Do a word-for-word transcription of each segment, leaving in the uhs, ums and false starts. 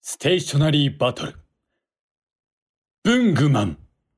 ステーショナリーバトルブングマン。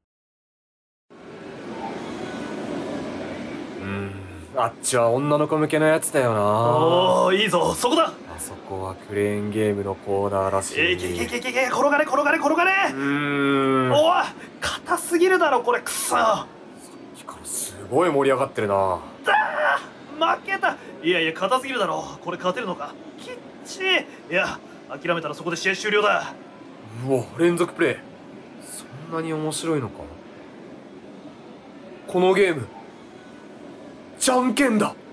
うーん、あっちは女の子向けのやつだよな。 おー、いいぞ、そこだ。 あそこはクレーンゲームのコーナーらしい。 えー、けけけけけ転がれ転がれ転がれ。 うーん、 おい、硬すぎるだろこれ、くそ。 さっきからすごい盛り上がってるな。 負けた。いやいや、硬すぎるだろこれ。勝てるのか。きっちい。いや、諦めたらそこで試合終了だ。 うわ、連続プレイ。そんなに面白いのか。このゲームじゃんけんだ。ん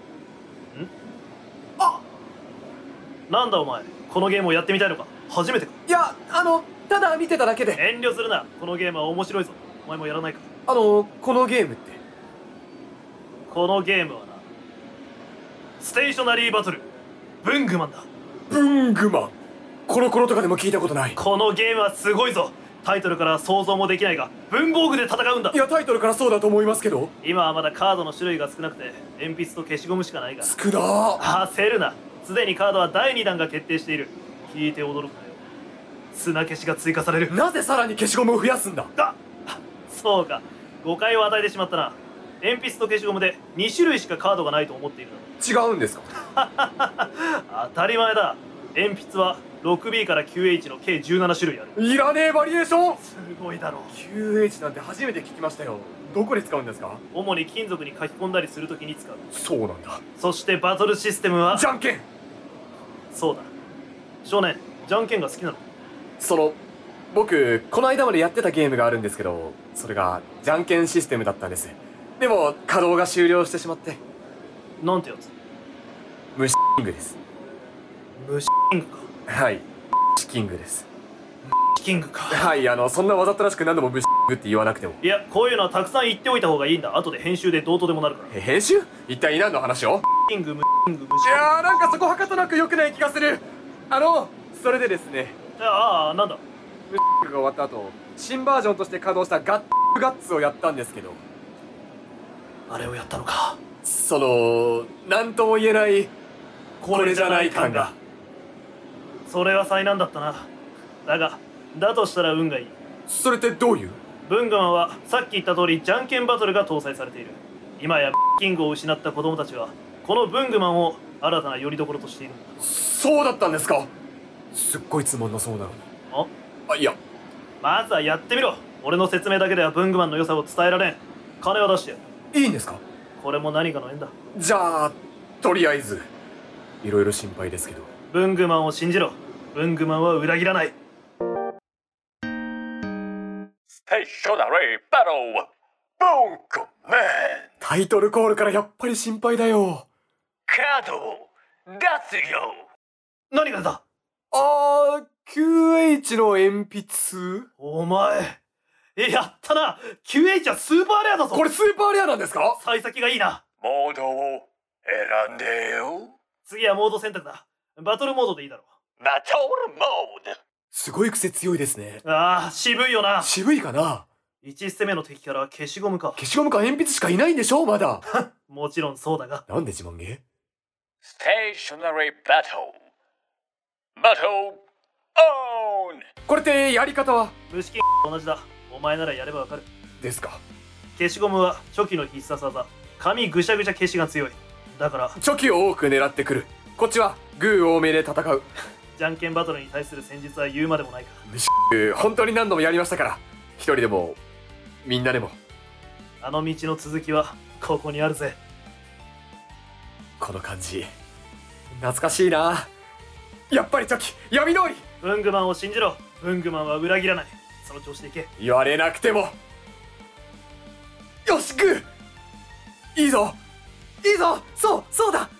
あ、 なんだお前、このゲームをやってみたいのか。初めてか。 いや、あのただ見てただけで。 遠慮するな。このゲームは面白いぞ。お前もやらないか。 あのこのゲームってこのゲームはな、ステーショナリーバトルブングマンだ。 ブングマン。コロコロとかでも聞いたことない。 このゲームはすごいぞ。タイトルから想像もできないが、文房具で戦うんだ。 いや、タイトルからそうだと思いますけど。 今はまだカードの種類が少なくて、鉛筆と消しゴムしかないが。 少なー。 焦るな。すでにカードはだいにだんが決定している。聞いて驚くなよ。砂消しが追加される。 なぜさらに消しゴムを増やすんだ。 あ、そうか、誤解を与えてしまったな。鉛筆と消しゴムでにしゅるいしかカードがないと思っているだろ。 違うんですか。 当たり前だ。鉛筆は ろくビー から きゅうエイチ の計じゅうななしゅるいある。 いらねえバリエーション。 すごいだろう。 キューエイチ なんて初めて聞きましたよ。どこで使うんですか。 主に金属に書き込んだりするときに使う。 そうなんだ。 そしてバトルシステムはじゃんけん。 そうだ。少年、じゃんけんが好きなの？ その僕この間までやってたゲームがあるんですけど、それがじゃんけんシステムだったんです。でも稼働が終了してしまって。 なんてやつ？ 虫キングです。 虫キングか。 はい虫キングです。 虫キングか。 はい、あのそんなわざとらしく何度も虫キングって言わなくても。 いや、こういうのはたくさん言っておいた方がいいんだ。後で編集でどうとでもなるから。 え、編集？一体何の話を。 キング、虫キング、虫いやー、なんかそこはかとなく良くない気がする。あのそれでですね、 ああ、なんだ。 虫キングが終わった後、新バージョンとして稼働したガッガッツをやったんですけど、 あれをやったのか。 その何とも言えないこれじゃない感が。 それは災難だったな。だがだとしたら運がいい。 それってどういう。 ブングマンはさっき言った通りじゃんけんバトルが搭載されている。今やキングを失った子供たちはこのブングマンを新たな拠り所としているんだ。 そうだったんですか。すっごいつまんなそうなのに。 ああ、いや、 まずはやってみろ。俺の説明だけではブングマンの良さを伝えられん。金を出してやる。 いいんですか。 これも何かの縁だ。 じゃあとりあえずいろいろ心配ですけど。 ブングマンを信じろ。ブングマンは裏切らない。 ステーショナリーバトルブングマン。 タイトルコールからやっぱり心配だよ。 カード出すよ。 何がだ。 あー、キューエイチ の鉛筆。 お前、え、やったな。 キューエイチ はスーパーレアだぞ。 これスーパーレアなんですか。 幸先がいいな。 モードを選んでよ。 次はモード選択だ。バトルモードでいいだろバトルモード。 すごい癖強いですね。 う。ああ、渋いよな。 渋いかな。 いちステ目の敵から消しゴムか。 消しゴムか鉛筆しかいないんでしょまだ。 もちろんそうだが。 なんで自慢げ。 ステーショナリーバトルバトルオン。 これってやり方は。 虫キングと同じだ。お前ならやればわかる。 ですか。 消しゴムは初期の必殺技、紙ぐしゃぐしゃ消しが強い。だからチョキを多く狙ってくる。こっちはグー多めで戦う。 じゃんけんバトルに対する戦術は言うまでもないか。 虫本当に何度もやりましたから。一人でもみんなでも。 あの道の続きはここにあるぜ。 この感じ懐かしいな。やっぱりチョキ闇通り。 ブングマンを信じろ。ブングマンは裏切らない。その調子でいけ。 言われなくても。よしグー。いいぞいいぞ。そうそうだ。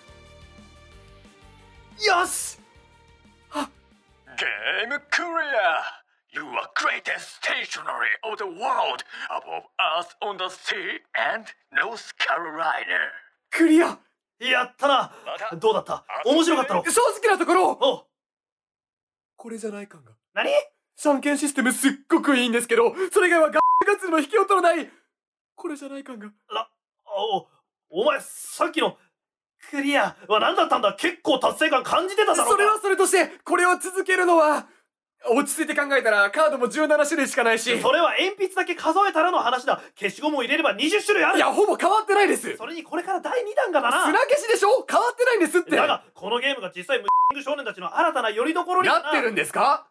よし。 ゲームクリア。You are greatest stationery of the world above Earth on the sea and North Carolina。 クリア。 やったな。どうだった？面白かったろ？ 正直なところ。 おう。 これじゃない感が。 何？ じゃんけんシステムすっごくいいんですけど、それ以外はガッガツの引きを取らない。これじゃない感が。 な、お、お前さっきのクリアは何だったんだ。結構達成感感じてただろう。 それはそれとしてこれを続けるのは落ち着いて考えたらカードもじゅうななしゅるいしかないし。 それは鉛筆だけ数えたらの話だ。消しゴムを入れればにじゅっしゅるいある。 いや、ほぼ変わってないです。 それにこれからだいにだんがだな。 砂消しでしょ。変わってないんですって。 だがこのゲームが実際ムッシング少年たちの新たな拠り所になってるんですか。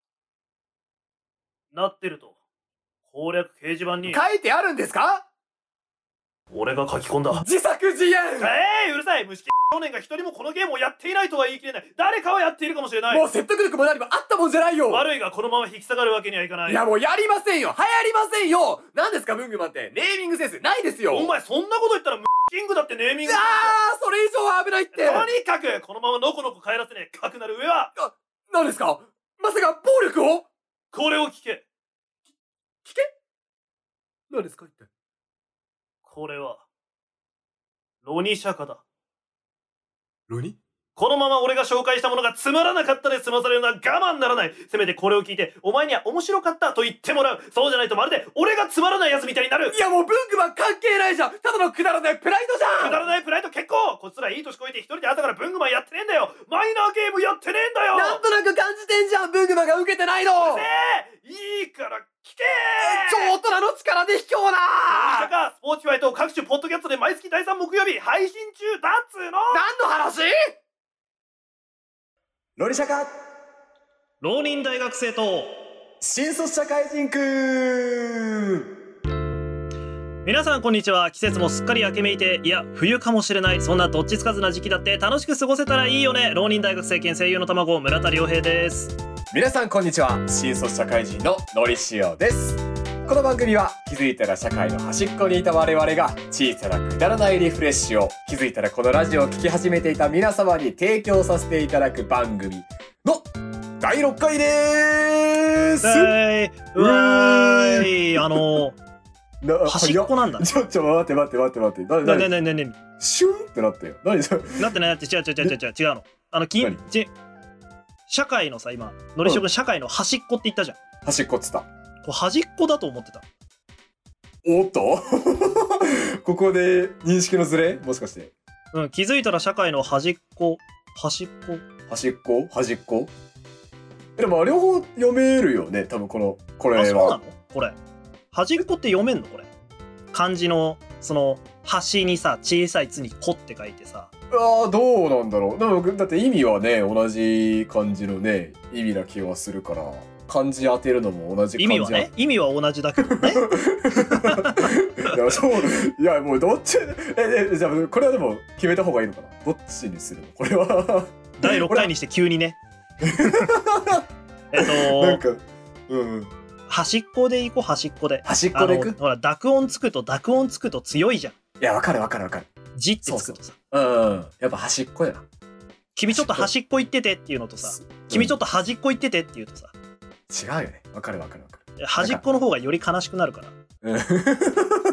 なってると攻略掲示板に書いてあるんですか。 俺が書き込んだ。 自作自演。 えー、うるさい。虫少年が一人もこのゲームをやっていないとは言い切れない。誰かはやっているかもしれない。 もう説得力も何もあったもんじゃないよ。 悪いがこのまま引き下がるわけにはいかない。 いやもうやりませんよ。流行りませんよ。何ですかブングマンって。ネーミングセンスないですよ。 お前そんなこと言ったらムッキングだってネーミング。 ああ、それ以上は危ないって。 とにかくこのままのこのこ帰らせねえ。かくなる上はあ、何ですか。まさか暴力を。 これを聞け。 聞け。何ですか一体。 これはロニ釈迦だ。 ロニ。 このまま俺が紹介したものがつまらなかったで済まされるのは我慢ならない。せめてこれを聞いてお前には面白かったと言ってもらう。そうじゃないとまるで俺がつまらないやつみたいになる。 いやもうブングマン関係ないじゃん。ただのくだらないプライドじゃん。 くだらないプライド結構。こいつらいい年越えて一人で朝からブングマンやってねえんだよ。マイナーゲームやってねえんだよ。 なんとなく感じてんじゃん。ブングマンが受けてないの。 うるせえ。いいから聞け超大人の力で卑怯な。 ロニシャカスポーティファイと各種ポッドキャストで毎月だいさん木曜日配信中だっつーの。 何の話。ロリシャカ浪人大学生と新卒社会人くん。皆さんこんにちは。季節もすっかり明けめいて、いや冬かもしれない、そんなどっちつかずな時期だって楽しく過ごせたらいいよね。浪人大学生兼声優の卵、村田亮平です。 皆さんこんにちは。新卒社会人ののりしおです。この番組は気づいたら社会の端っこにいた我々が小さなくだらないリフレッシュを気づいたらこのラジオを聴き始めていた皆様に提供させていただく番組のだいろっかいでーす。 はい、うわーい。あのー、端っこなんだ。 ちょちょ待って待って待って待って。なになになになにシュンってなったよ。何それ。 なってないなって。違う違う違う違う違うの。あのきち社会のさ今のりしおくん社会の端っこって言ったじゃん。 端っこっつった。 こう端っこだと思ってた。 おっとここで認識のズレもしかして。 うん、気づいたら社会の端っこ端っこ端っこ端っこ。でも両方読めるよね多分このこれは。 あ、そうなのこれ端っこって読めんのこれ。漢字のその端にさ小さい「つ」に「こ」って書いてさ。 ああどうなんだろう。でもだって意味はね同じ漢字のね意味な気はするから漢字当てるのも同じ漢字。 意味はね意味は同じだけどね。 いやそういやもうどっちええじゃあこれはでも決めた方がいいのかな。どっちにするのこれは。 だいろっかいにして急にね。えっとなんかうん端っこでいこう。端っこで端っこでいく。 ほら濁音つくと濁音つくと強いじゃん。 いやわかるわかるわかる。 字ってつくとさ。 そうそううんやっぱ端っこやな。 君ちょっと端っこ行っててっていうのとさ、君ちょっと端っこ行っててっていうとさ、 違うよね。わかるわかるわかる。 端っこの方がより悲しくなるから。 うん、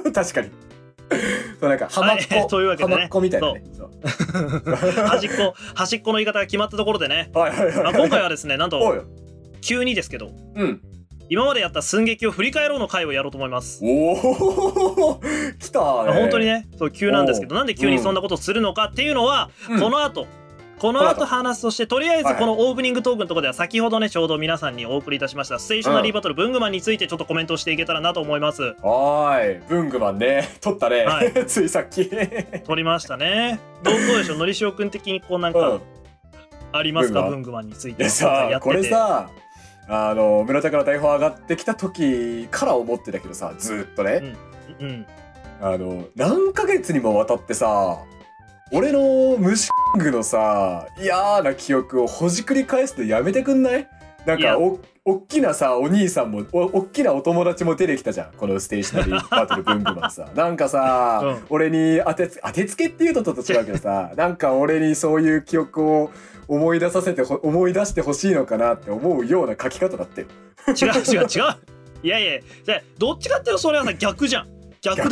確かに。そうなんか浜っこ、 というわけでね、 浜っこみたいなね。 端っこ端っこの言い方が決まったところでね。 はいはいはい、はい。 今回はですね、なんと急にですけど、 うん。 今までやった寸劇を振り返ろうの回をやろうと思います。 おお、来たね。 本当にね、そう急なんですけど、なんで急にそんなことをするのかっていうのは、うん、この後。この後話すとして、とりあえずこのオープニングトークのところでは先ほどねちょうど皆さんにお送りいたしましたステーショナリーバトルブングマンについてちょっとコメントしていけたらなと思います。 はーい、ブングマンね撮ったね、はい、ついさっき撮りましたね。どうどうでしょうのりしおくん的にこうなんか、うん、ありますかブングマンについて。 いやさこれさあの村田から台本上がってきた時から思ってたけどさずっとね、うんうん、あの何ヶ月にもわたってさ俺の虫グのさ嫌な記憶をほじくり返すのやめてくんない？なんかおおっきなさお兄さんも お, おっきなお友達も出てきたじゃんこのステーショナリーバトルブングマンさなんかさ、うん、俺に当てつ当てつけっていうとちょっと違うけどさなんか俺にそういう記憶を思い出させて思い出してほしいのかなって思うような書き方だったよ。 違う違う違ういやいやじゃどっちかっていうとそれはさ逆じゃん。逆だよ。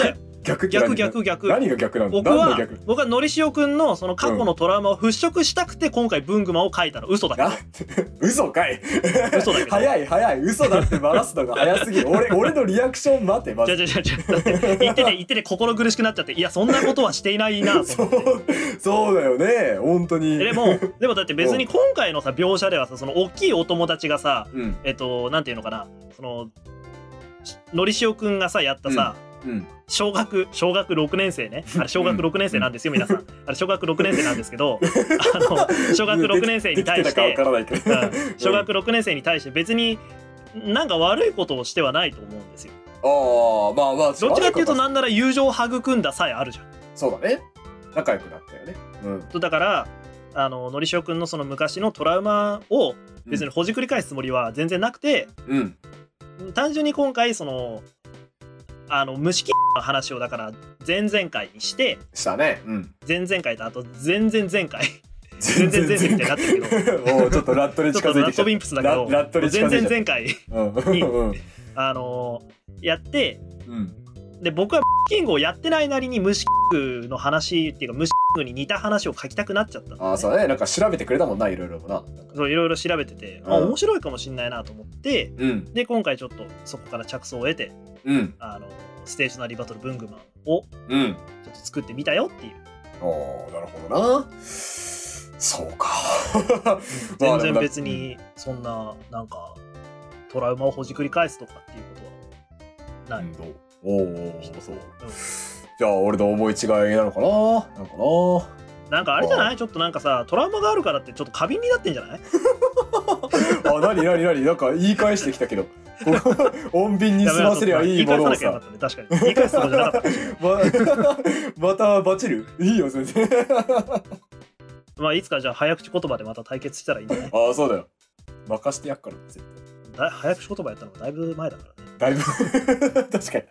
逆って逆何逆逆何が逆なんだ。 僕は何の逆僕はのりしおくんのその過去のトラウマを払拭したくて今回ブングマンを書いたの。嘘だけどな嘘かい嘘だけど早い早い嘘だってバラすのが早すぎる。俺俺のリアクション待ってマジじゃじゃじゃじゃだって言ってて言ってて心苦しくなっちゃって、いやそんなことはしていないなとそ思ってうそうだよね本当に。 でもでもだって別に今回のさ描写ではさ、その大きいお友達がさ、 うんえっとなんていうのかな、そののりしおくんがさやったさ、 うん小学小学ろくねん生ね、あれ小学ろくねん生なんですよ皆さん、あれ小学ろくねん生なんですけど、あの小学ろくねん生に対してできてたかわからないけどうん小学ろくねん生に対して別になんか悪いことをしてはないと思うんですよ。 ああまあまあどっちかっていうとななんなら友情を育んださえあるじゃん。 そうだね仲良くなったよね。うんとだからあののりしおくんのその昔のトラウマを別にほじくり返すつもりは全然なくて、 うん単純に今回そのあの虫キの話をだから前々回にしてしたね。うん前々回とあと前々前回全然前世みたいになってるけどおーちょっとラットにちょっ近づいてきたとラットビンプスだけどララットに近づいちゃった前々前回うんにうんあのーやってうんで僕はキングをやってないなりに虫キングの話っていうか虫キングに似た話を書きたくなっちゃったんだよね。 ああそうねなんか調べてくれたもんないろいろもな。なんかそういろいろ調べてて、あうん面白いかもしんないなと思ってうんで今回ちょっとそこから着想を得てうんあのステーショナリーバトルブングマンをちうんょっと作ってみたよっていうおーなるほどな。そうか全然別にそんななんかトラウマをほじくり返すとかっていうことはない、 うんおおそううんじゃあ俺の思い違いなのかななんかななんかあれじゃないちょっとなんかさトラウマがあるからってちょっと過敏になってんじゃないあなになになになんか言い返してきたけどここ穏便に済ませりゃいいものを言い返さなきゃよかさったね確かに言い返すとこじゃなかったままたバチるいいよ全然まあいつかじゃあ早口言葉でまた対決したらいいんじゃないああそうだよ任してやっから絶だ早口言葉やったのがだいぶ前だからね。 対だいぶ確かにね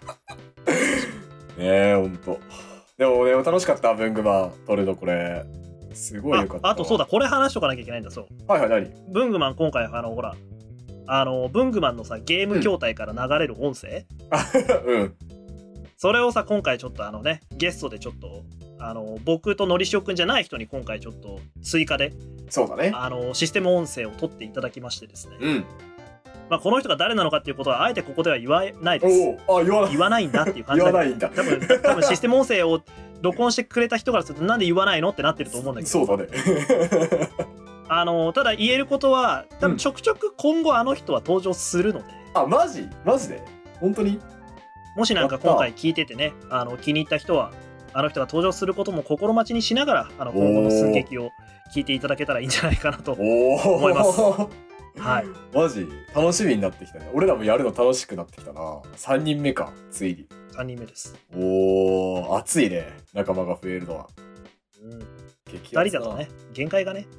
えほんとでもね楽しかったブングマン撮るのこれすごいよかったああとそうだこれ話しとかなきゃいけないんだ。そうはいはい何ブングマン今回あのほらあのブングマンのさゲーム筐体から流れる音声、 あうんそれをさ今回ちょっとあのねゲストでちょっとあの僕とのりしおくんじゃない人に今回ちょっと追加でそうだねあのシステム音声を取っていただきましてですね、 うんまあ、この人が誰なのかっていうことはあえてここでは言わないです。 おおあ言わない言わないんだっていう感じだけど言わないんだ多分多分システム音声を録音してくれた人からするとなんで言わないのってなってると思うんだけど、 そうだねあのただ言えることは多分ちょくちょく今後あの人は登場するので、 あマジマジで本当にもしなんか今回聞いててねあの気に入った人はあの人が登場することも心待ちにしながらあの今後の寸劇を聞いていただけたらいいんじゃないかなとおお思いますはいマジ楽しみになってきたね。俺らもやるの楽しくなってきたな。さんにんめかついに。 さんにんめです。 おお熱いね仲間が増えるのは。 うん、 激ふたりだとね限界がね。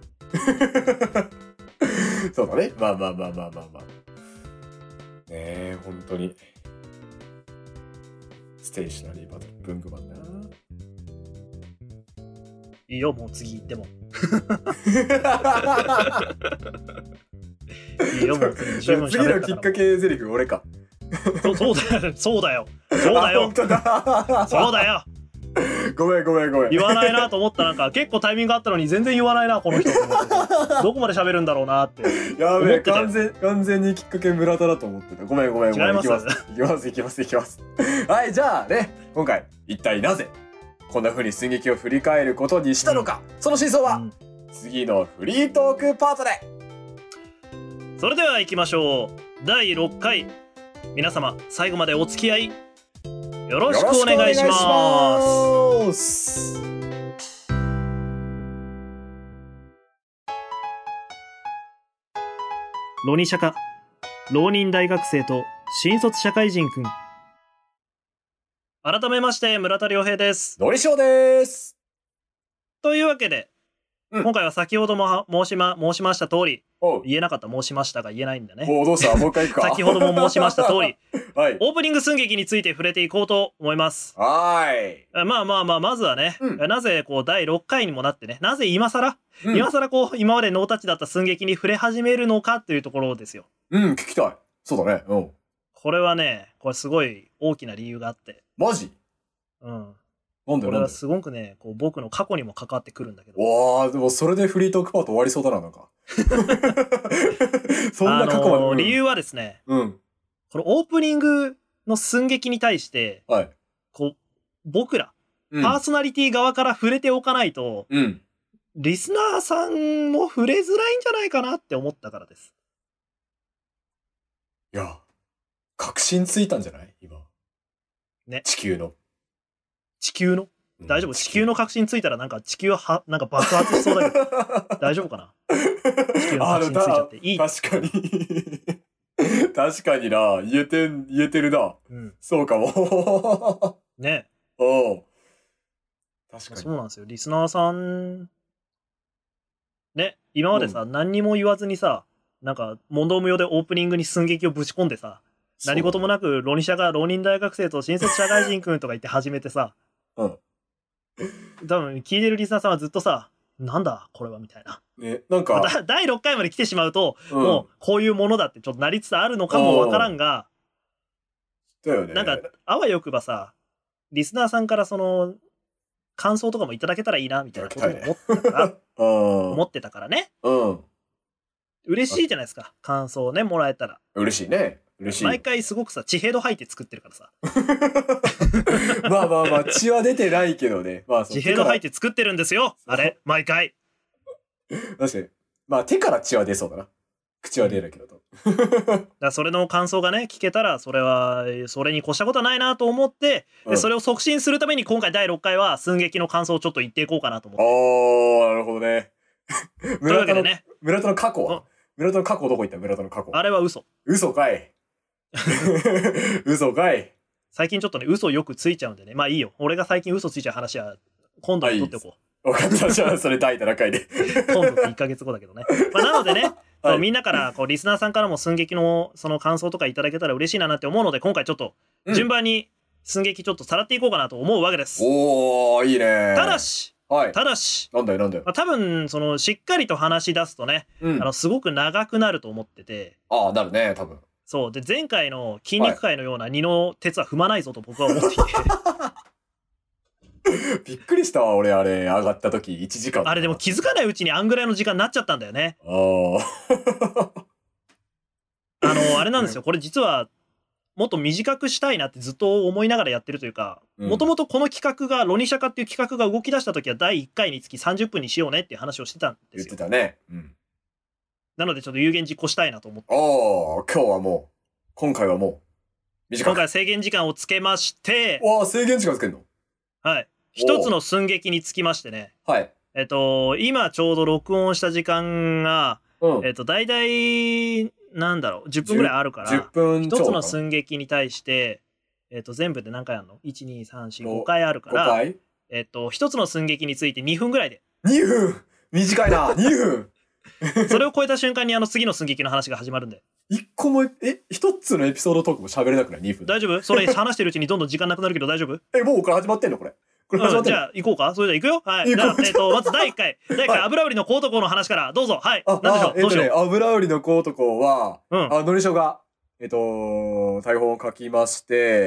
そうだねまあまあまあまあまあまあねえ本当にステーショナリーバトルブングマンないいよもう次行ってもいいよもう次十分次の喋ったかきっかけゼリフ俺か。 らそうそうだよそうだよそうだあよ本当だそうだよごめんごめんごめん。 言わないなと思ったなんか結構タイミングあったのに全然言わないなこの人と思ってどこまで喋るんだろうなってやべえ思ってたよ完全完全にきっかけ村田だと思ってた。ごめんごめんごめん。 違います行きます行きます行きます行きます。はいじゃあね今回一体なぜこんな風に寸劇を振り返ることにしたのか、うん、その真相は、うん、次のフリートークパートで。 それでは行きましょう。だいろっかい皆様最後までお付き合いよろしくお願いします。ロニシャカ浪人大学生と新卒社会人くん。改めまして村田亮平です。 のりしおです。 というわけで、うん、今回は先ほども申しま申しました通り、言えなかった申しましたが言えないんだね。 おうどうしたもう一回いくか。 先ほども申しました通り、 はい、 オープニング寸劇について触れていこうと思います。 はい。 まあまあまあまずはね、うん、なぜこうだいろっかいにもなってね、なぜ今更、うん、今更こう今までノータッチだった寸劇に触れ始めるのかっていうところですよ。 うん聞きたい。そうだね。うん。 これはね、これすごい大きな理由があって。 マジ？ うん。 なんでこれはすごくね、こう僕の過去にも関わってくるんだけど。 わあ、でもそれでフリートークパート終わりそうだな、なんか。そんな過去まで、 あのーうん、 理由はですね、 うん。 このオープニングの寸劇に対して、 はい。 こう、僕ら、 うん、 パーソナリティ側から触れておかないと、 うん。 リスナーさんも触れづらいんじゃないかなって思ったからです。 いや、確信ついたんじゃない今。 ね。 地球の。 地球の大丈夫、地球の確信ついたらなんか地球はなんか爆発しそうだけど大丈夫かな。地球の確信ついちゃっていい。 確かに確かにな、言えてん言えてるな、うん、そうかもね。 お確かにそうなんですよ。リスナーさんね、今までさ、うん、何にも言わずにさ、なんか問答無用でオープニングに寸劇をぶち込んでさ、何事もなく浪人者が浪人大学生と新卒社会人くんとか言って始めてさ、うん、多分聞いてるリスナーさんはずっとさ、なんだこれはみたいな。 ね、なんかだいろっかいまで来てしまうと、うん、もうこういうものだってちょっとなりつつあるのかもわからんが、 だよね。 なんかあわよくばさ、リスナーさんからその感想とかもいただけたらいいなみたいなことを思ってたから、思ってたからね。うん。嬉しいじゃないですか、感想をねもらえたら。 嬉しいね。嬉しい。 毎回すごくさ、血ヘド吐いて作ってるからさ。 まあまあまあ、血は出てないけどね。まあ、 血ヘド吐いて作ってるんですよ、あれ、毎回。 確かに。まあ、手から血は出そうだな。口は出ないけどと。 だからそれの感想がね、聞けたら、それは、それに越したことはないなと思って、うん、でそれを促進するために、今回だいろっかいは、寸劇の感想をちょっと言っていこうかなと思って。 おー、なるほどね。 というわけでね。 村田の過去は、村田の過去どこ行った村田の過去。 あれは嘘。 嘘かい。嘘かい。 最近ちょっとね、嘘よくついちゃうんでね。まあいいよ。俺が最近嘘ついちゃう話は今度にとっておこう。分かった。じゃあそれだいななかいで。 今度っていっかげつごだけどね。まあなのでね、はい、みんなからこうリスナーさんからも寸劇のその感想とかいただけたら嬉しいなって思うので、今回ちょっと順番に寸劇ちょっとさらっていこうかなと思うわけです。 うん、おー、いいね。 ただし、はい、ただし、 なんだよなんだよ。 まあ、多分そのしっかりと話し出すとね、うん、あのすごく長くなると思ってて。 ああ、なるね、多分。 そうで、前回の筋肉界のような二の鉄は踏まないぞと僕は思っていて、はい、 びっくりしたわ俺、あれ上がった時いちじかん。 あれでも気づかないうちにあんぐらいの時間になっちゃったんだよね。ああのあれなんですよ、これ実はもっと短くしたいなってずっと思いながらやってるというか、もともとこの企画がロニシャカっていう企画が動き出した時はだいいっかいにつきさんじゅっぷんにしようねっていう話をしてたんですよ。 言ってたね。うん。 なのでちょっと有言実行したいなと思って。 おー、今日はもう今回はもう短く。今回は制限時間をつけまして、 わあ、制限時間つけんの？ はい。一つの寸劇につきましてね。 はい。 えっと今ちょうど録音した時間が、うん、えっとだいたいなんだろうじゅっぷんぐらいあるから、 じゅっぷん一つの寸劇に対してえっと全部で何回あるの？いち、に、さん、よん、ごかいあるから、ごかい？えっと一つの寸劇についてにふんぐらいで。 にふん短いな。にふんそれを超えた瞬間にあの次の寸劇の話が始まるんで。 一個もえ一つのエピソードトークも喋れなくない？にふん。 大丈夫？それ話してるうちにどんどん時間なくなるけど大丈夫？ えもうこれ始まってんのこれ？これ始まってんの？ うん、じゃあ行こうか。それじゃあ行くよ。はい。じゃあえっとまずだいいっかいだいいっかい油売りの小男の話からどうぞ。はい。なんでしょう。 えっとね、油売りの小男は、 うん、 あのりしょがえっと台本を書きまして、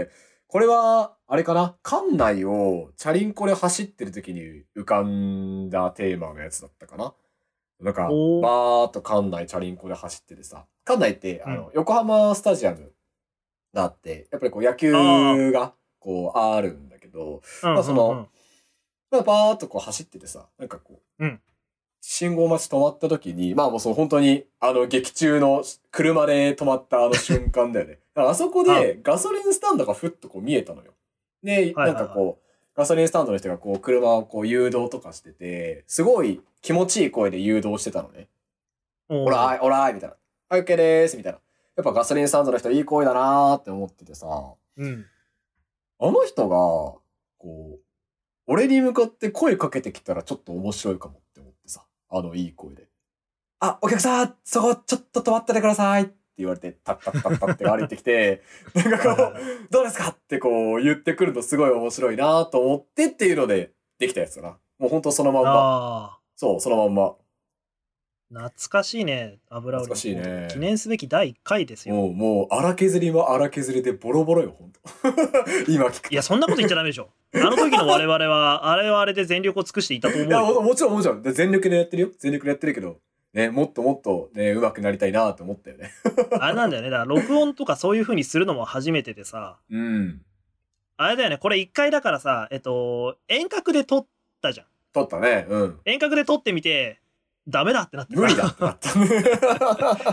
これはあれかな、館内をチャリンコで走ってる時に浮かんだテーマのやつだったかな。なんかバーっと館内チャリンコで走っててさ、館内ってあの、うん、横浜スタジアムがあって、やっぱりこう野球がこうあるんだけど、まあその、まあ、バーっとこう走っててさ、なんかこう、うん、信号待ち止まった時に、まあもうそう本当にあの劇中の車で止まったあの瞬間だよね。だからあそこでガソリンスタンドがふっとこう見えたのよ。で、なんかこう、ガソリンスタンドの人がこう車をこう誘導とかしてて、すごい気持ちいい声で誘導してたのね。おらーい、おらーい、みたいな。はい、OK でーす、みたいな。やっぱガソリンスタンドの人いい声だなーって思っててさ、うん、あの人が、こう、俺に向かって声かけてきたらちょっと面白いかもって思ってさ、あのいい声で。あ、お客さん、そこちょっと止まっててくださいって言われて、タッタッタッタッって歩いてきて、なんかこう、どうですかってこう言ってくるのすごい面白いなと思ってっていうのでできたやつだな。もうほんとそのまんま。そう、そのまんま。 懐かしいね、油売り。 懐かしいね。 記念すべきだいいっかいですよ。 もう、もう、荒削りも荒削りでボロボロよ、ほんと。今聞く。 いや、そんなこと言っちゃダメでしょ。 の時の我々はあれはあれで全力を尽くしていたと思ういや、 よ。 もちろんもちろん。で全力でやってるよ。全力でやってるけど、ね、もっともっとね、上手くなりたいなと思ったよね。 あれなんだよね。だから録音とかそういう風にするのも初めてでさ、 うん。 あれだよね。これ一回だからさ、えっと、遠隔で撮ったじゃん。 撮ったね。うん。 遠隔で撮ってみて、ダメだってなってさ無理だってなった。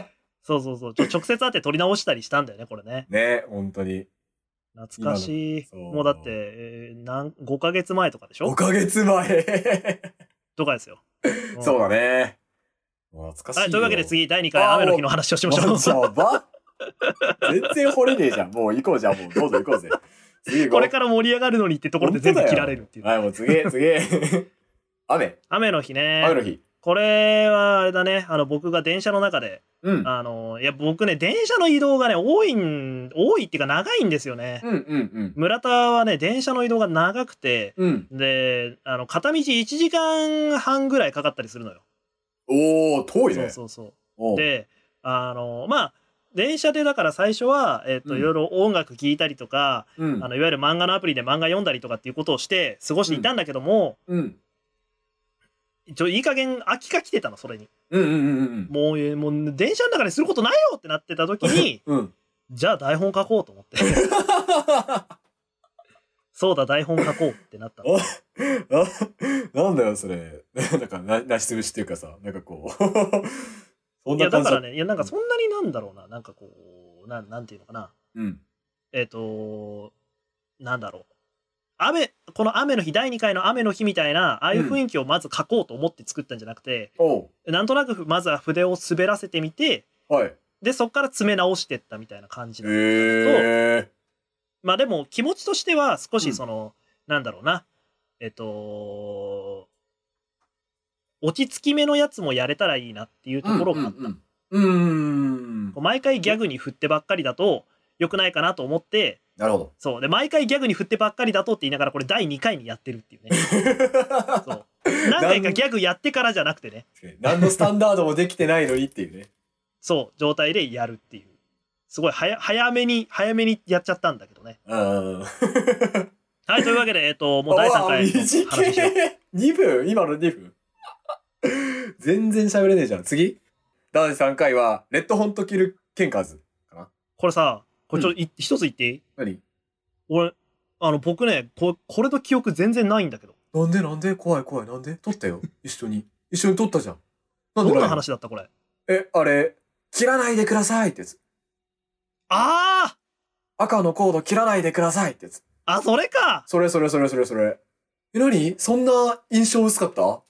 そうそうそう。ちょ直接会って撮り直したりしたんだよね、これね。 ね、本当に。 懐かしい。 そうもうだって、えー、なんごかげつまえとかでしょごかげつまえ。 とかですよ。うんそうだね。懐かしいよ。 はい、というわけで次、だいにかい雨の日の話をしましょう。 やば全然掘れねえじゃん。もう行こうじゃん。もうどうぞ行こうぜ。次行こう。 これから盛り上がるのにってところで全部切られるっていう。 はい、もう次、次。雨。 雨の日ね。 雨の日。 これはあれだね。あの、僕が電車の中で、 うん。 あの、いや、僕ね、電車の移動がね、多いん、多いっていうか長いんですよね。 うんうんうん。 村田はね、電車の移動が長くて、 うん。 で、あの、片道いちじかんはんぐらいかかったりするのよ。 おー、遠いね。 そうそうそう。 おうで、あの、まあ、電車でだから最初は、えっと、 うんいろいろ音楽聴いたりとか、 うん。 あの、いわゆる漫画のアプリで漫画読んだりとかっていうことをして過ごしていたんだけども、 うん。 ちょ、いい加減飽きが来てたの、それに。 うんうんうんうん。 もう、もう、電車の中ですることないよってなってた時に、 うん。 じゃあ台本書こうと思って。そうだ、台本書こうってなったの。 あ、なんだよ、それ。なんか、な、なしつぶしっていうかさ、なんかこう。そんいや、 な感じだからね、いや、なんかそんなになんだろうな、なんかこう、なん、なんていうのかな。 うん。 えっと、なんだろう。雨、この雨の日、だいにかいの雨の日みたいな、ああいう雰囲気をまず書こうと思って作ったんじゃなくて、 おう。 なんとなくまずは筆を滑らせてみて、 はい。 で、そっから詰め直してったみたいな感じへだったえ。 まあでも気持ちとしては少うんしその、なんだろうな、えっと、落ち着き目のやつもやれたらいいなっていうところがあった。 うんうんうん。うーん。 毎回ギャグに振ってばっかりだと良くないかなと思って、 なるほど。 そう。で、毎回ギャグに振ってばっかりだとって言いながらこれだいにかいにやってるっていうね。そう。何回かギャグやってからじゃなくてね。 何のスタンダードもできてないのにっていうね。 そう。状態でやるっていう。すごい早早めに、早めにやっちゃったんだけどね。 うん。 はい、というわけで、えっと、もうだいさんかいの話しよう。 短いにふん今のにふん全然喋れねえじゃん。次だいさんかいは、レッドホントキルケンカーズかな。 これさ、これちょっとい、一つ言っていい？ 何俺、あの、僕ね、ここれの記憶全然ないんだけど。 なんでなんで怖い怖い。なんで撮ったよ。一緒に。一緒に撮ったじゃん。なんでどんなないの話だったこれ。 え、あれ、切らないでくださいってやつ。 あ赤のコード切らないでくださいってやつ。 ああ、それか。 それそれそれそれそれ。え、何そんな印象薄かった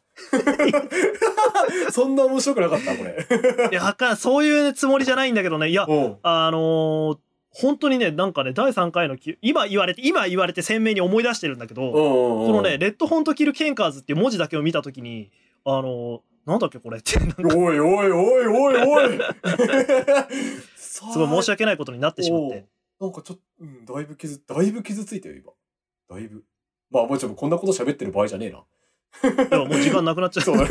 そんな面白くなかったこれ。 いや、わかんそういうつもりじゃないんだけどね。いや、 おうあのー本当にね、なんかね、だいさんかいのき、今言われて、今言われて鮮明に思い出してるんだけど、 おうおうおうこのね、レッドホントキルケンカーズっていう文字だけを見たときに、あのーなんだっけこれって、なんかおいおいおいおいおいすすごい申し訳ないことになってしまって。 なんかちょっと、うん、だいぶ傷、だいぶ傷ついたよ、今。だいぶ。まあ、もちろんこんなこと喋ってる場合じゃねえな。 でももう時間なくなっちゃう。 そうだね。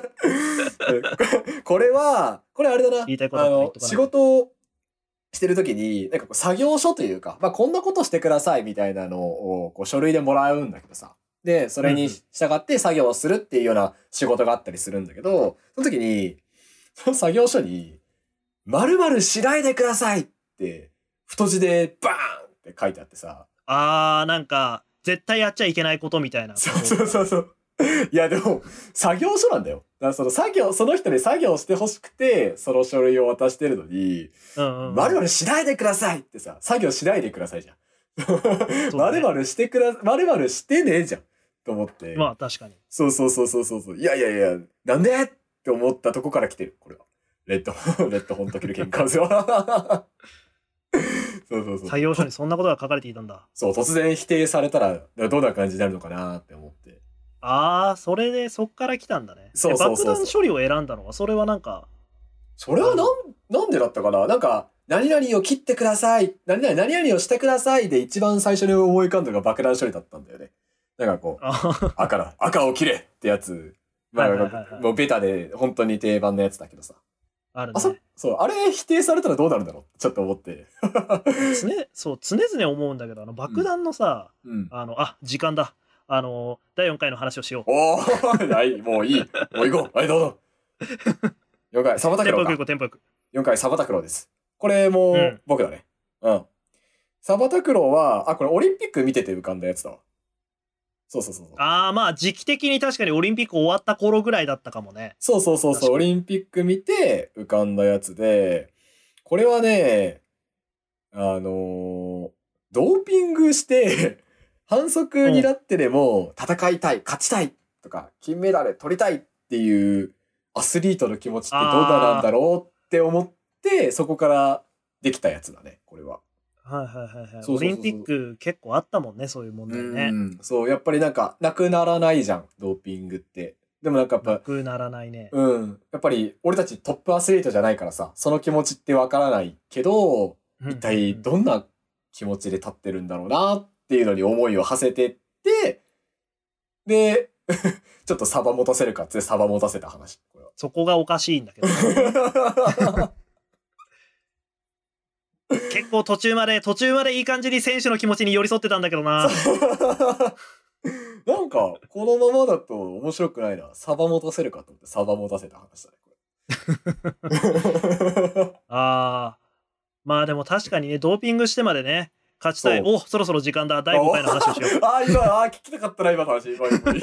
これは、これあれだな。 言いたいことあだったら言っと、かないの仕事をしてるときに、なんかこう作業書というか、まあ、こんなことしてくださいみたいなのを、こう書類でもらうんだけどさ。で、それに従って作業をするっていうような仕事があったりするんだけど、その時に、その作業書に、〇〇しないでくださいって、太字でバーンって書いてあってさ。 あー、なんか、絶対やっちゃいけないことみたいな。 そうそうそうそう。いやでも、作業書なんだよ。だからその作業、その人に作業してほしくて、その書類を渡してるのに、 うんうんうん。 〇〇しないでくださいってさ、作業しないでくださいじゃん。 ね 〇〇してくだ、〇〇してねえじゃん。と思って。 まあ確かに。 そうそうそうそうそうそう。いやいやいや、なんでって思ったとこから来てる、これは。レッド、レッドホントキルケンカーズは。そうそうそう。 作業書にそんなことが書かれていたんだ。 そう、突然否定されたら、どんな感じになるのかなって思って。 あー、それでそっから来たんだね。 そうそうそうそうで爆弾処理を選んだのは、それはなんか、 それはなん、なんでだったかななんか、何々を切ってください。何々、何々をしてくださいで一番最初に思い浮かんだのが爆弾処理だったんだよね。なんかこう、 あ赤だ、赤を切れってやつ。まあ、 はいはいはいはいもうベタで本当に定番のやつだけどさ。 あるあそね。 そうあれ否定されたらどうなるんだろうちょっと思って。 常そう常々思うんだけど、あの爆弾のさ、 うん。 あのあ時間だ。あのだいよんかいの話をしよう。 おおはいもういいもう行こうはいどうぞ。よんかいサバタクテンポよく行ロウか。 こうテンポよく。 よんかいサバタクロウです。これもうん僕だね。うん。サバタクロウはあこれオリンピック見てて浮かんだやつだわ。そうそうそうそう。 ああまあ時期的に確かにオリンピック終わった頃ぐらいだったかもね。 そうそうそうそう、オ確かにリンピック見て浮かんだやつで、これはね、あのードーピングして反則になってでも戦いたい、勝ちたいとか、金メダル取りたいっていうアスリートの気持ちってどうなんだろうって思って、そこからできたやつだね、これは。 はいはいはいはい。 そうそうそうそうオリンピック結構あったもんね、そういう問題ね。 うん、そう、やっぱりなんか、なくならないじゃん、ドーピングって。でもなんかやっぱ、 なくならないね。 うん。やっぱり俺たちトップアスリートじゃないからさ、その気持ちってわからないけど、一体どんな気持ちで立ってるんだろうなっていうのに思いを馳せてって、で、ちょっとサバ持たせるかっつってサバ持たせた話。これはそこがおかしいんだけど。結構途中まで、途中までいい感じに選手の気持ちに寄り添ってたんだけどな。 なんか、このままだと面白くないな。サバ持たせるかと思ってサバ持たせた話だね、これ。 ああ。まあでも確かにね、ドーピングしてまでね、勝ちたい。 そうおそろそろ時間だ。だいごかいの話をしよう。 ああ、今、ああ、聞きたかったな、今の話。今、今。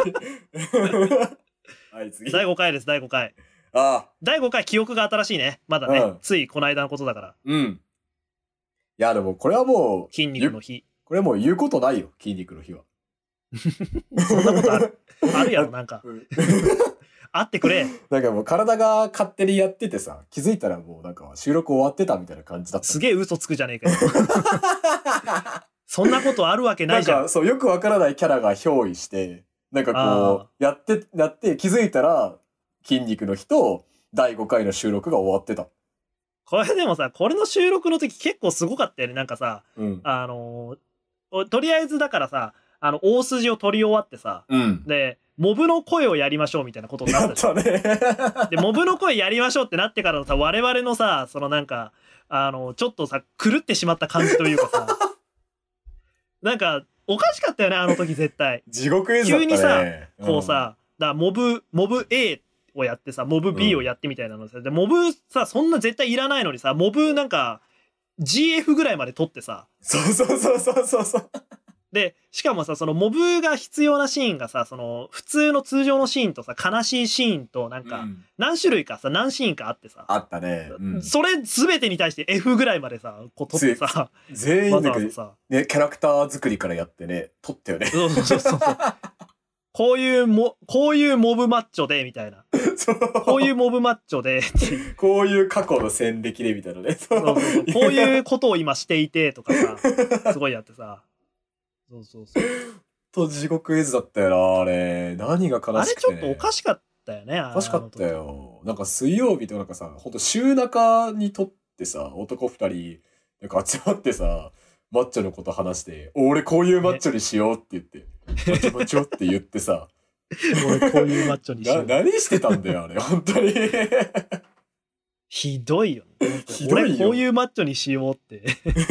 はい、次。 だいごかいです、だいごかい。 ああ。 だいごかい記憶が新しいね。まだね、 うんついこの間のことだから。 うん。いや、でもこれはもう、 筋肉の日。 これはもう言うことないよ、筋肉の日は。 そんなことあるあるやろ、なんか。 うんあってくれ。 なんかもう体が勝手にやっててさ、気づいたらもうなんか収録終わってたみたいな感じだった。 すげえ嘘つくじゃねえかよ。そんなことあるわけなないんじゃん。 かそう、よくわからないキャラが憑依して、なんかこう、やって、やって気づいたら、筋肉の日とだいごかいの収録が終わってた。 これでもさ、これの収録の時結構すごかったよね。なんかさ、 うん。 あのーとりあえずだからさ、あの、大筋を取り終わってさ、 うん。 で、モブの声をやりましょうみたいなことになやったじゃん。 ったね。 で、モブの声やりましょうってなってからのさ、我々のさ、そのなんか、あの、ちょっとさ、狂ってしまった感じというかさ、なんか、おかしかったよね、あの時絶対。 地獄絵図だったね。 急にさ、こうさ、だからモブ、モブ A をやってさ、モブ B をやってみたいなのさ、で、モブさ、そんな絶対いらないのにさ、モブなんか、ジーエフ ぐらいまで取ってさ、 そうそうそうそうそうそう。 で、しかもさ、そのモブが必要なシーンがさ、その普通の通常のシーンとさ、悲しいシーンとなんか、 うん何種類かさ、何シーンかあってさ、 あったね。うんそれ全てに対して F ぐらいまでさ、こう撮ってさ、わ全員でざわざさ、 ね、キャラクター作りからやってね、撮ったよね。 そうそうそうそう。こういうも、こういうモブマッチョで、みたいな。 そうこういうモブマッチョで、っていうこういう過去の戦歴でみたいなね。 そうそうそうこういうことを今していて、とかさ、すごいやってさ。そうそうそう。 と地獄絵図だったよな、あれ。何が悲あれしくて、ね。 ちょっとおかしかったよね。 おかしかったよ。なんか水曜日とかなんかさ、ほんと週中に撮ってさ、男二人、なんか集まってさ、マッチョのこと話して、俺こういうマッチョにしようって言って、マッチョマッチョって言ってさ、 俺こういうマッチョにしよな、 う。 何してたんだよ、あれ、本当に。 ひどいよね。 ひどいよ俺こういうマッチョにしようって。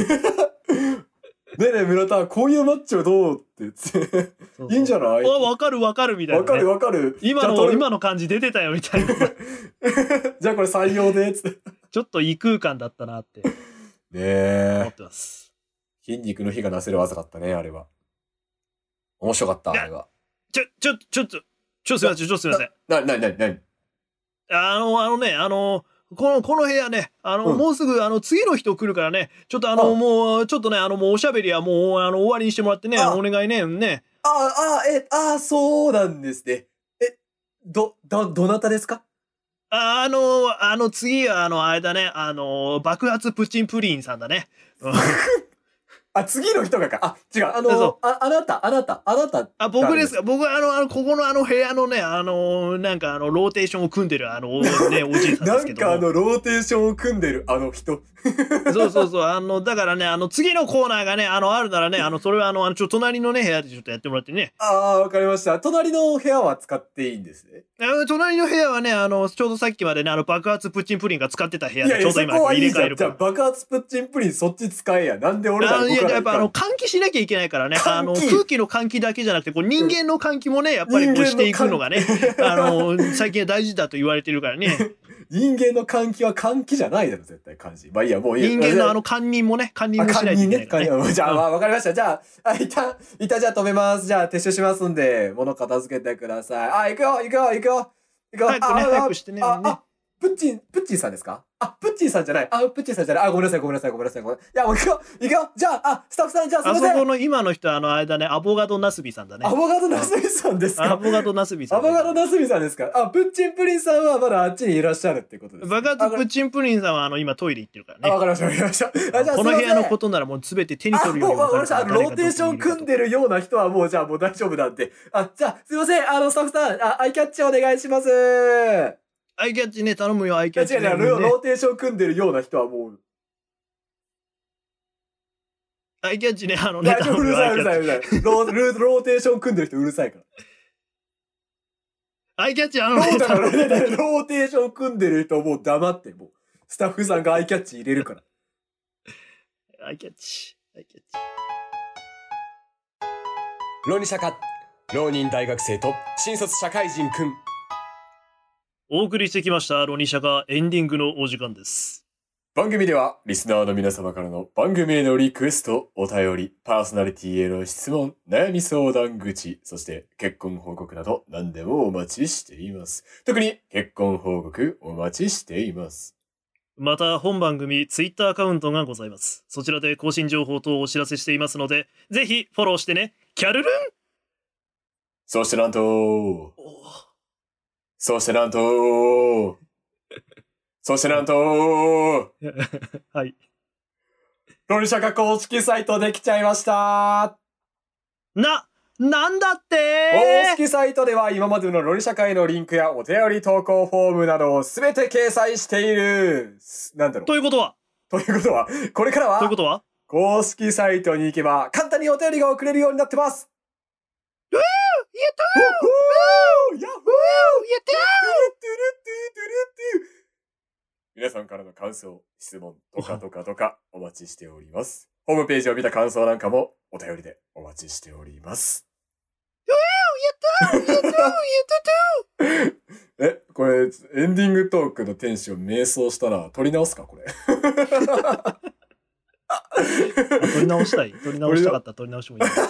ねえねえ、村田、こういうマッチョどうって言って、 そうそういいんじゃないあ、わかるわかるみたいな、ね。 わかるわかる。 今の、 じゃあ撮る今の感じ出てたよみたいな。 じゃあこれ採用で、つって。 ちょっと異空間だったなってねえ思っ。てます。 筋肉の日がなせる技だったね、あれは。面白かった、 いやあれは。 ちょ、ちょ、ちょっと、ちょっとすいません、ちょっとすいません。 な、な、な、な、 あの、あのね、あの、この、この部屋ね、あの、 うんもうすぐ、あの、次の人来るからね、ちょっとあの、 あもう、ちょっとね、あの、もうおしゃべりはもう、あの、終わりにしてもらってね、 あお願いね、ね。 ああ、え、あそうなんですね。え、ど、ど、どなたですか？ あの、あの、次は、あの、あれだね、あの、爆発プッチンプリンさんだね。うんあ、次の人がか。あ、違う。あそうの、あ、あなた、あなた、あなた。 あ、僕ですか。僕はあの、あの、ここのあの部屋のね、あの、なんかあの、ローテーションを組んでるあの、ね、おじいさんでなすけども。 んかあの、ローテーションを組んでるあの人。 そうそうそう。あの、だからね、あの、次のコーナーがね、あの、あるならね、あの、それはあの、あのちょ、隣のね、部屋でちょっとやってもらってね。 ああ、わかりました。隣の部屋は使っていいんですね。 あの隣の部屋はね、あの、ちょうどさっきまでね、あの、爆発プッチンプリンが使ってた部屋いやいや、 でちょうど今そこはいいじゃん。じゃあ、 入れ替えるから。 爆発プッチンプリンそっち使えや。なんで俺らあのいや、 動かないやっぱあの、 か。 換気しなきゃいけないからね。あの、 換気空気の換気だけじゃなくて、こう、人間の換気もね、やっぱりこうしていくのがね、あの、最近は大事だと言われてるからね。 人間の換気は換気じゃないだろ、絶対漢字。まあいいや、もういい。 人間のあの、堪忍もね、堪忍もしないといけないからね。 あ堪忍ね。じゃあ、 うんまあ、わかりました。じゃあ、あ、一旦、一旦じゃあ止めます。じゃあ、撤収しますんで、物片付けてください。あ、行くよ、行くよ、行くよ。行くよ。 早くねあ早くしてねあ、 ねあ、プッチン、プッチンさんですか？あ、プッチンさんじゃない。あ、プッチンさんじゃない。あ、ごめんなさい、ごめんなさい、ごめんなさい。ごめんなさい。いや、もう行くよ、行くよ。じゃあ、あ、スタッフさん、じゃあ、すいあません。 そこの今の人はあの間ね、アボガドナスビさんだねア。ボガドナスミさんですか？ アボガドナスビさん。 アボガドナスミさんですか？あ、プッチンプリンさんはまだあっちにいらっしゃるってことですか？ 爆発プッチンプリンさんはあの今トイレ行ってるからあ、わね。 かりました、わかりました。あ、じゃあ、 この部屋のこととならもう全て手にあ、 取るようもう、わに分かるからかりました。あのローテーション組んでるような人はもう、じゃあもう大丈夫なんで。あ、じゃあ、すいません。あの、スタッフさん、あ、アイキャッチお願いします。違アイキャッチね、頼むよ、アイキうャッチ、ね。 違う、ロねローテーション組んでるような人はもう。 アイキャッチね、あのね、 大丈夫、う頼むよ、 るさい、うアイキャッチ。 るさい、うるさい。ローローローテーション組んでる人うるさいから。 アイキャッチ、あのね、 ローだから頼むよローテーション組んでる人もう黙って、もう。スタッフさんがアイキャッチ入れるから。 アイキャッチ、アイキャッチ。 浪人社科、浪人大学生と新卒社会人くん。 お送りしてきました、ロニシャがエンディングのお時間です。 番組ではリスナーの皆様からの番組へのリクエスト、お便り、パーソナリティへの質問、悩み相談口、そして結婚報告など何でもお待ちしています。特に結婚報告お待ちしています。 また本番組ツイッターアカウントがございます。そちらで更新情報等をお知らせしていますので、ぜひフォローしてね。キャルルン。 そしてなんと、 おそしてなんと、そしてなんと、 はい。 ロリシャカ公式サイトできちゃいました。 な、なんだっ公て式サイトでは今までのロリ社会のリンクやお便り投稿フォームなどをすべて掲載している。なんだろう。 ということはということは、これからはということは公式サイトに行けば簡単にお便りが送れるようになってます。 うわーやったーうーやっほーやった皆さんからの感想、質問とかとかとかお待ちしております。ホームページを見た感想なんかもお便りでお待ちしております。 ーやったーやったーやったーえ、これ、エンディングトークのテンション迷走したな。撮り直すかこれ。 あ撮り直したい撮り直したかったら撮り直してもいいよ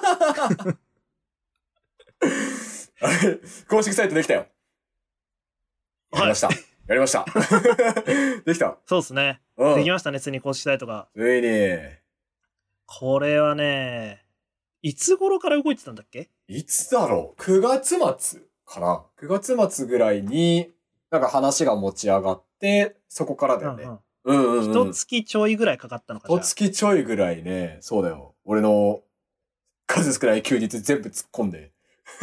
はい公式サイトできたよ。やりました。やりました。できた。 そうですね、 うん。 できましたね。ついに公式サイトが。 ついに。 これはね、いつ頃から動いてたんだっけ？ いつだろう ?く 月末かな ?く 月末ぐらいに、なんか話が持ち上がって、そこからだよね。うんうんうん。 一月ちょいぐらいかかったのかしら。 一月ちょいぐらいね。そうだよ。俺の数少ない休日全部突っ込んで。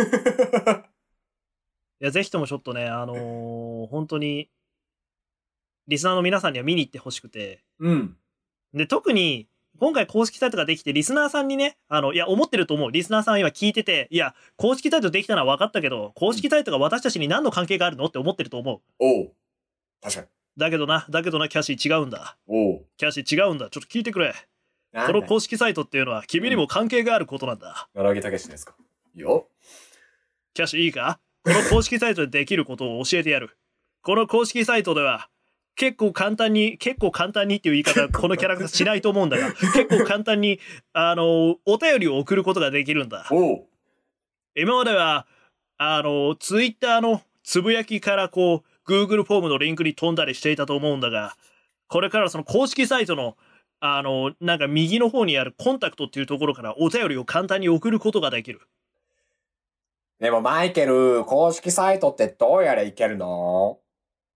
いや、ぜひともちょっとね、あのー、本当に、リスナーの皆さんには見に行ってほしくて。 うん。 で、特に、今回公式サイトができて、リスナーさんにね、あの、いや、思ってると思う。リスナーさんは今聞いてて、いや、公式サイトできたのは分かったけど、公式サイトが私たちに何の関係があるのって思ってると思う。 おう。確かに。 だけどな、だけどな、キャシー違うんだ。 おう。 キャシー違うんだ。ちょっと聞いてくれ。この公式サイトっていうのは、君にも関係があることなんだ。 奈良木武ですか。いいよ。 キャシーいいか？この公式サイトでできることを教えてやる。この公式サイトでは、結構簡単に、結構簡単にっていう言い方、このキャラクターしないと思うんだが、結構簡単に、あの、お便りを送ることができるんだ。 おう。 今までは、あの、ツイッターのつぶやきからこう、Google フォームのリンクに飛んだりしていたと思うんだが、これからその公式サイトの、あの、なんか右の方にあるコンタクトっていうところからお便りを簡単に送ることができる。 でもマイケル、公式サイトってどうやらいけるの？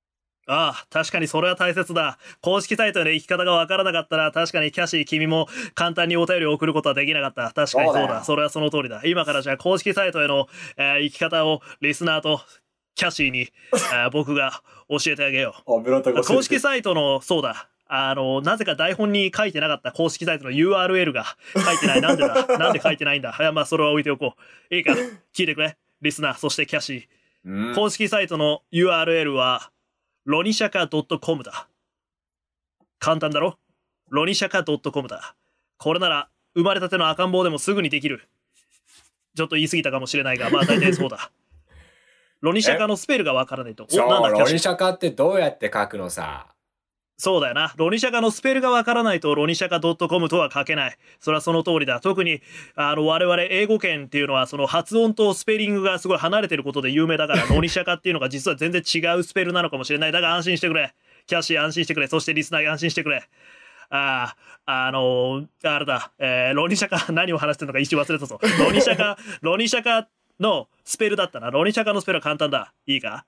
ああ、確かにそれは大切だ。公式サイトへの行き方がわからなかったら、確かにキャシー君も簡単にお便りを送ることはできなかった。確かにそうだ。そうだ。それはその通りだ。今からじゃあ公式サイトへの、えー、行き方をリスナーとキャシーに、えー、僕が教えてあげよう。公式サイトの、そうだ。あの、なぜか台本に書いてなかった公式サイトの ユーアールエル が書いてない。なんでだなんで書いてないんだいや、まあそれは置いておこう。いいか聞いてくれ。リスナー、そしてキャシー。うん、公式サイトの ユーアールエル は、ロニシャカ .com だ。簡単だろ？ロニシャカ .com だ。これなら生まれたての赤ん坊でもすぐにできる。ちょっと言い過ぎたかもしれないが、まあ大体そうだ。ロニシャカのスペルがわからないと。 そう、なんだロニシャカってどうやって書くのさ。 そうだよな。ロニシャカのスペルがわからないとロニシャカ .com とは書けない。それはその通りだ。特にあの我々英語圏っていうのはその発音とスペリングがすごい離れてることで有名だからロニシャカっていうのが実は全然違うスペルなのかもしれない。だが安心してくれ。キャッシー安心してくれ。そしてリスナー安心してくれ。ああ、あのー、あれだ。えー、ロニシャカ何を話してるのか一瞬忘れたぞ。ロニシャカ、ロニシャカのスペルだったな。ロニシャカのスペルは簡単だ。いいか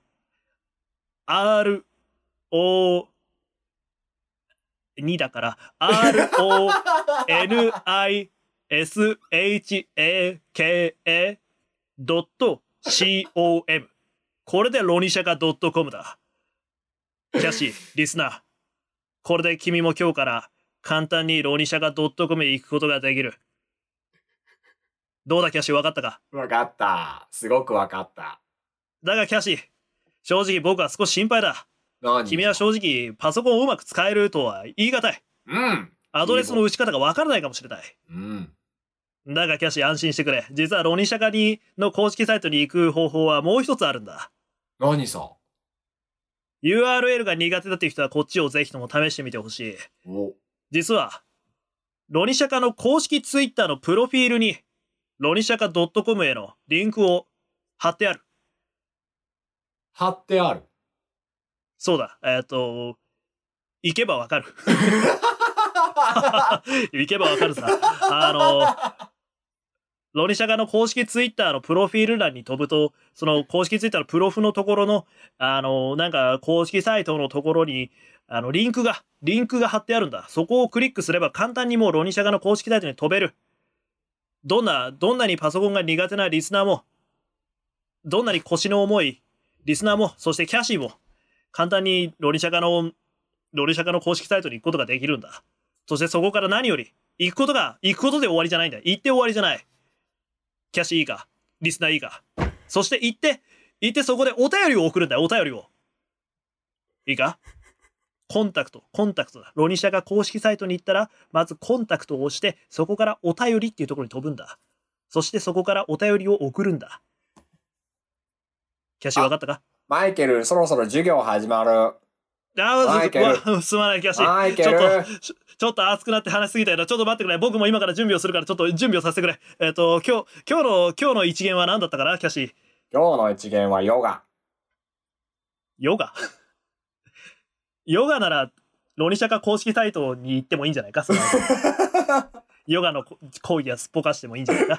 ?R、O、にだから アール オー エヌ アイ エス エイチ エー ケー エー ドット シー オー エム これでロニシャカ .com だ。キャシー、リスナー、これで君も今日から簡単にロニシャカ .com へ行くことができる。どうだキャシー、分かったか？ 分かった。すごく分かった。 だがキャシー、正直僕は少し心配だ。君は正直パソコンをうまく使えるとは言い難い。 うん。 アドレスの打ち方がわからないかもしれない。 うん。 だがキャシー安心してくれ。実はロニシャカにの公式サイトに行く方法はもう一つあるんだ。 何さ？ ユーアールエル が苦手だっていう人はこっちをぜひとも試してみてほしい。 お。 実はロニシャカの公式ツイッターのプロフィールにロニシャカ .com へのリンクを貼ってある。 貼ってある。 そうだ、えっと、行けばわかる。行けばわかるさ。あの、ロニシャカの公式ツイッターのプロフィール欄に飛ぶと、その公式ツイッターのプロフのところの、あの、なんか公式サイトのところに、あの、リンクが、リンクが貼ってあるんだ。そこをクリックすれば簡単にもうロニシャカの公式サイトに飛べる。どんな、どんなにパソコンが苦手なリスナーも、どんなに腰の重いリスナーも、そしてキャシーも、簡単にロニシャカの、ロニシャカの公式サイトに行くことができるんだ。そしてそこから何より、行くことが、行くことで終わりじゃないんだ。行って終わりじゃない。キャシーいいか、リスナーいいか。そして行って、行ってそこでお便りを送るんだよ、お便りを。いいか？コンタクト、コンタクトだ。ロニシャカ公式サイトに行ったら、まずコンタクトを押して、そこからお便りっていうところに飛ぶんだ。そしてそこからお便りを送るんだ。キャシー分かったか？ マイケル、そろそろ授業始まる。 ああ、すまない、キャシー。ちょっと、ちょっと熱くなって話しすぎたよな。ちょっと待ってくれ。僕も今から準備をするから、ちょっと準備をさせてくれ。えっと、今日、今日の、今日の一元は何だったかな、キャシー。 今日の一元はヨガ。 ヨガヨガなら、ロニシャカ公式サイトに行ってもいいんじゃないか、そのヨガの講義はすっぽかしてもいいんじゃないか。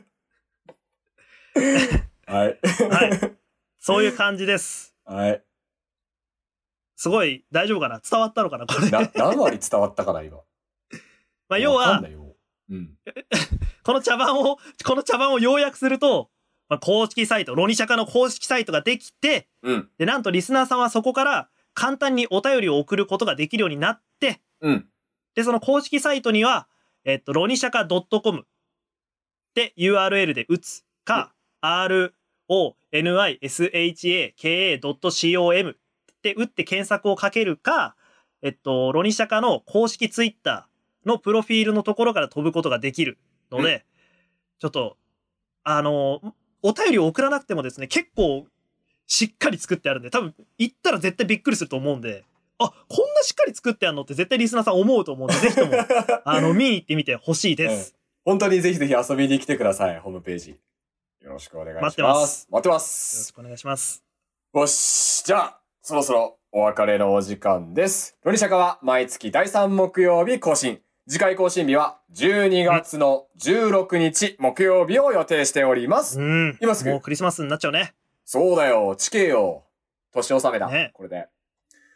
はい。 はい。そういう感じです。 はい。 すごい大丈夫かな？伝わったのかなこれ。 な何割伝わったかな今。 まあ要は、 うん、 この茶番をこの茶番を要約すると、まあ、公式サイトロニシャカの公式サイトができて、 うん、 でなんとリスナーさんはそこから簡単にお便りを送ることができるようになって、 うん、 でその公式サイトにはえっとロニシャカ .com で ユーアールエル で打つか、うん、アールオーエヌアイエスエイチエーケーエードットシーオーエム で打って検索をかけるか、えっと、ロニシャカの公式ツイッターのプロフィールのところから飛ぶことができるので、うん、ちょっと、あの、お便りを送らなくてもですね、結構しっかり作ってあるんで、多分行ったら絶対びっくりすると思うんで、あ、こんなしっかり作ってあるのって絶対リスナーさん思うと思うんで、ぜひとも、あの、見に行ってみてほしいです、 うん。本当にぜひぜひ遊びに来てください、ホームページ。よろしくお願いします。 待ってます。 待ってます。 よろしくお願いします。 よし、じゃあ、そろそろお別れのお時間です。ロニシャカは毎月だいさん木曜日更新。次回更新日はじゅうにがつのじゅうろくにち木曜日を予定しております。 うん。 今すぐ。 もうクリスマスになっちゃうね。 そうだよ。地形よ。年納めだ。 ね、 これで。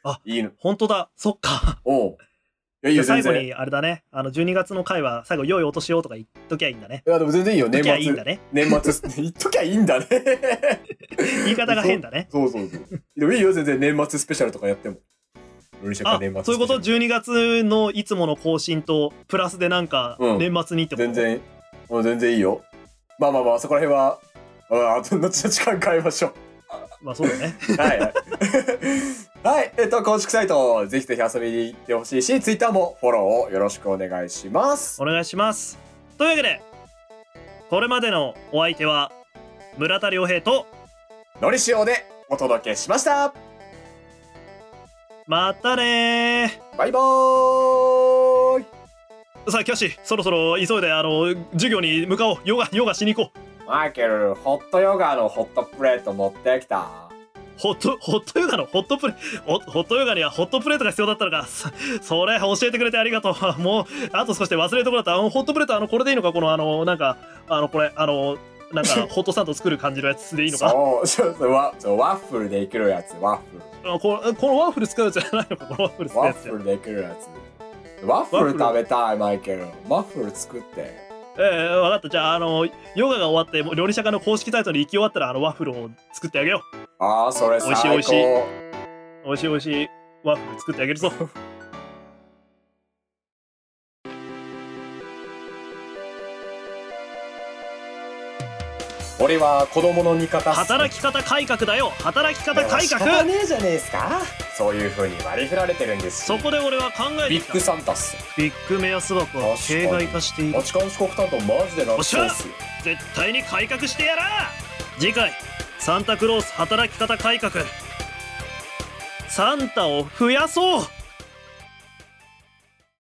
あ、 いいの。 本当だ。そっか。 おう。いや、いいよ、全然。 最後にあれだね。あの、じゅうにがつの回は最後、良いお年をとか言っときゃいいんだね。 いや、でも全然いいよ、年末。 言っときゃいいんだね。 年末、言っときゃいいんだね。 言い方が変だね。 そうそうそう。でもいいよ、全然年末スペシャルとかやっても。ロリシャカ年末スペシャル。 そういうこと、じゅうにがつのいつもの更新と、プラスでなんか、 うん年末にってこと、 全然、もう全然いいよ。まあまあまあ、そこら辺は、ああと、後々考えましょう。 まあそうだね。 はいはい。はい、えっと、公式サイト、ぜひぜひ遊びに行ってほしいし、ツイッターもフォローをよろしくお願いします。 お願いします。というわけで、これまでのお相手は、村田亮平と、 のりしおでお届けしました。 またねー。バイバーイ。 さあ、キャッシー、そろそろ急いで、あの、授業に向かおう。ヨガ、ヨガしに行こう。 マイケル、ホットヨガのホットプレート持ってきた。 ホット、ホットヨガのホットプレ、ホホットヨガにはホットプレートが必要だったのか。そそれ教えてくれてありがとう。もう、あと少しで忘れるところだった。あの、ホットプレート、あの、これでいいのかこの、あの、なんか、あの、これ、あの、なんか、ホットサンド作る感じのやつでいいのか。 そう、ちょっとワワッフルでいけるやつ、ワッフル。 あこの、このワッフル使うやつじゃないのかこのワッフル使うワやつ。 ッフルでいけるやつ。ワッフル食べたい、マイケル。ワッフル作って。 ええー、分かった。じゃあ、あの、ヨガが終わって、もう料理社科の公式サイトに行き終わったら、あの、ワッフルを作ってあげよう。 ああ、それ最高。 おいしいおいしい。おいしいおいしいワッフル作ってあげるぞ。 俺は子供の味方。 働き方改革だよ。働き方改革。 仕方ねえじゃねえですか。そういう風に割り振られてるんですし。 そこで俺は考えてきた。 ビッグサンタっす。 ビッグ目安箱は形骸化している。 バチカン四国担当マジで楽勝っすよ。 絶対に改革してやら。次回サンタクロース働き方改革。サンタを増やそう。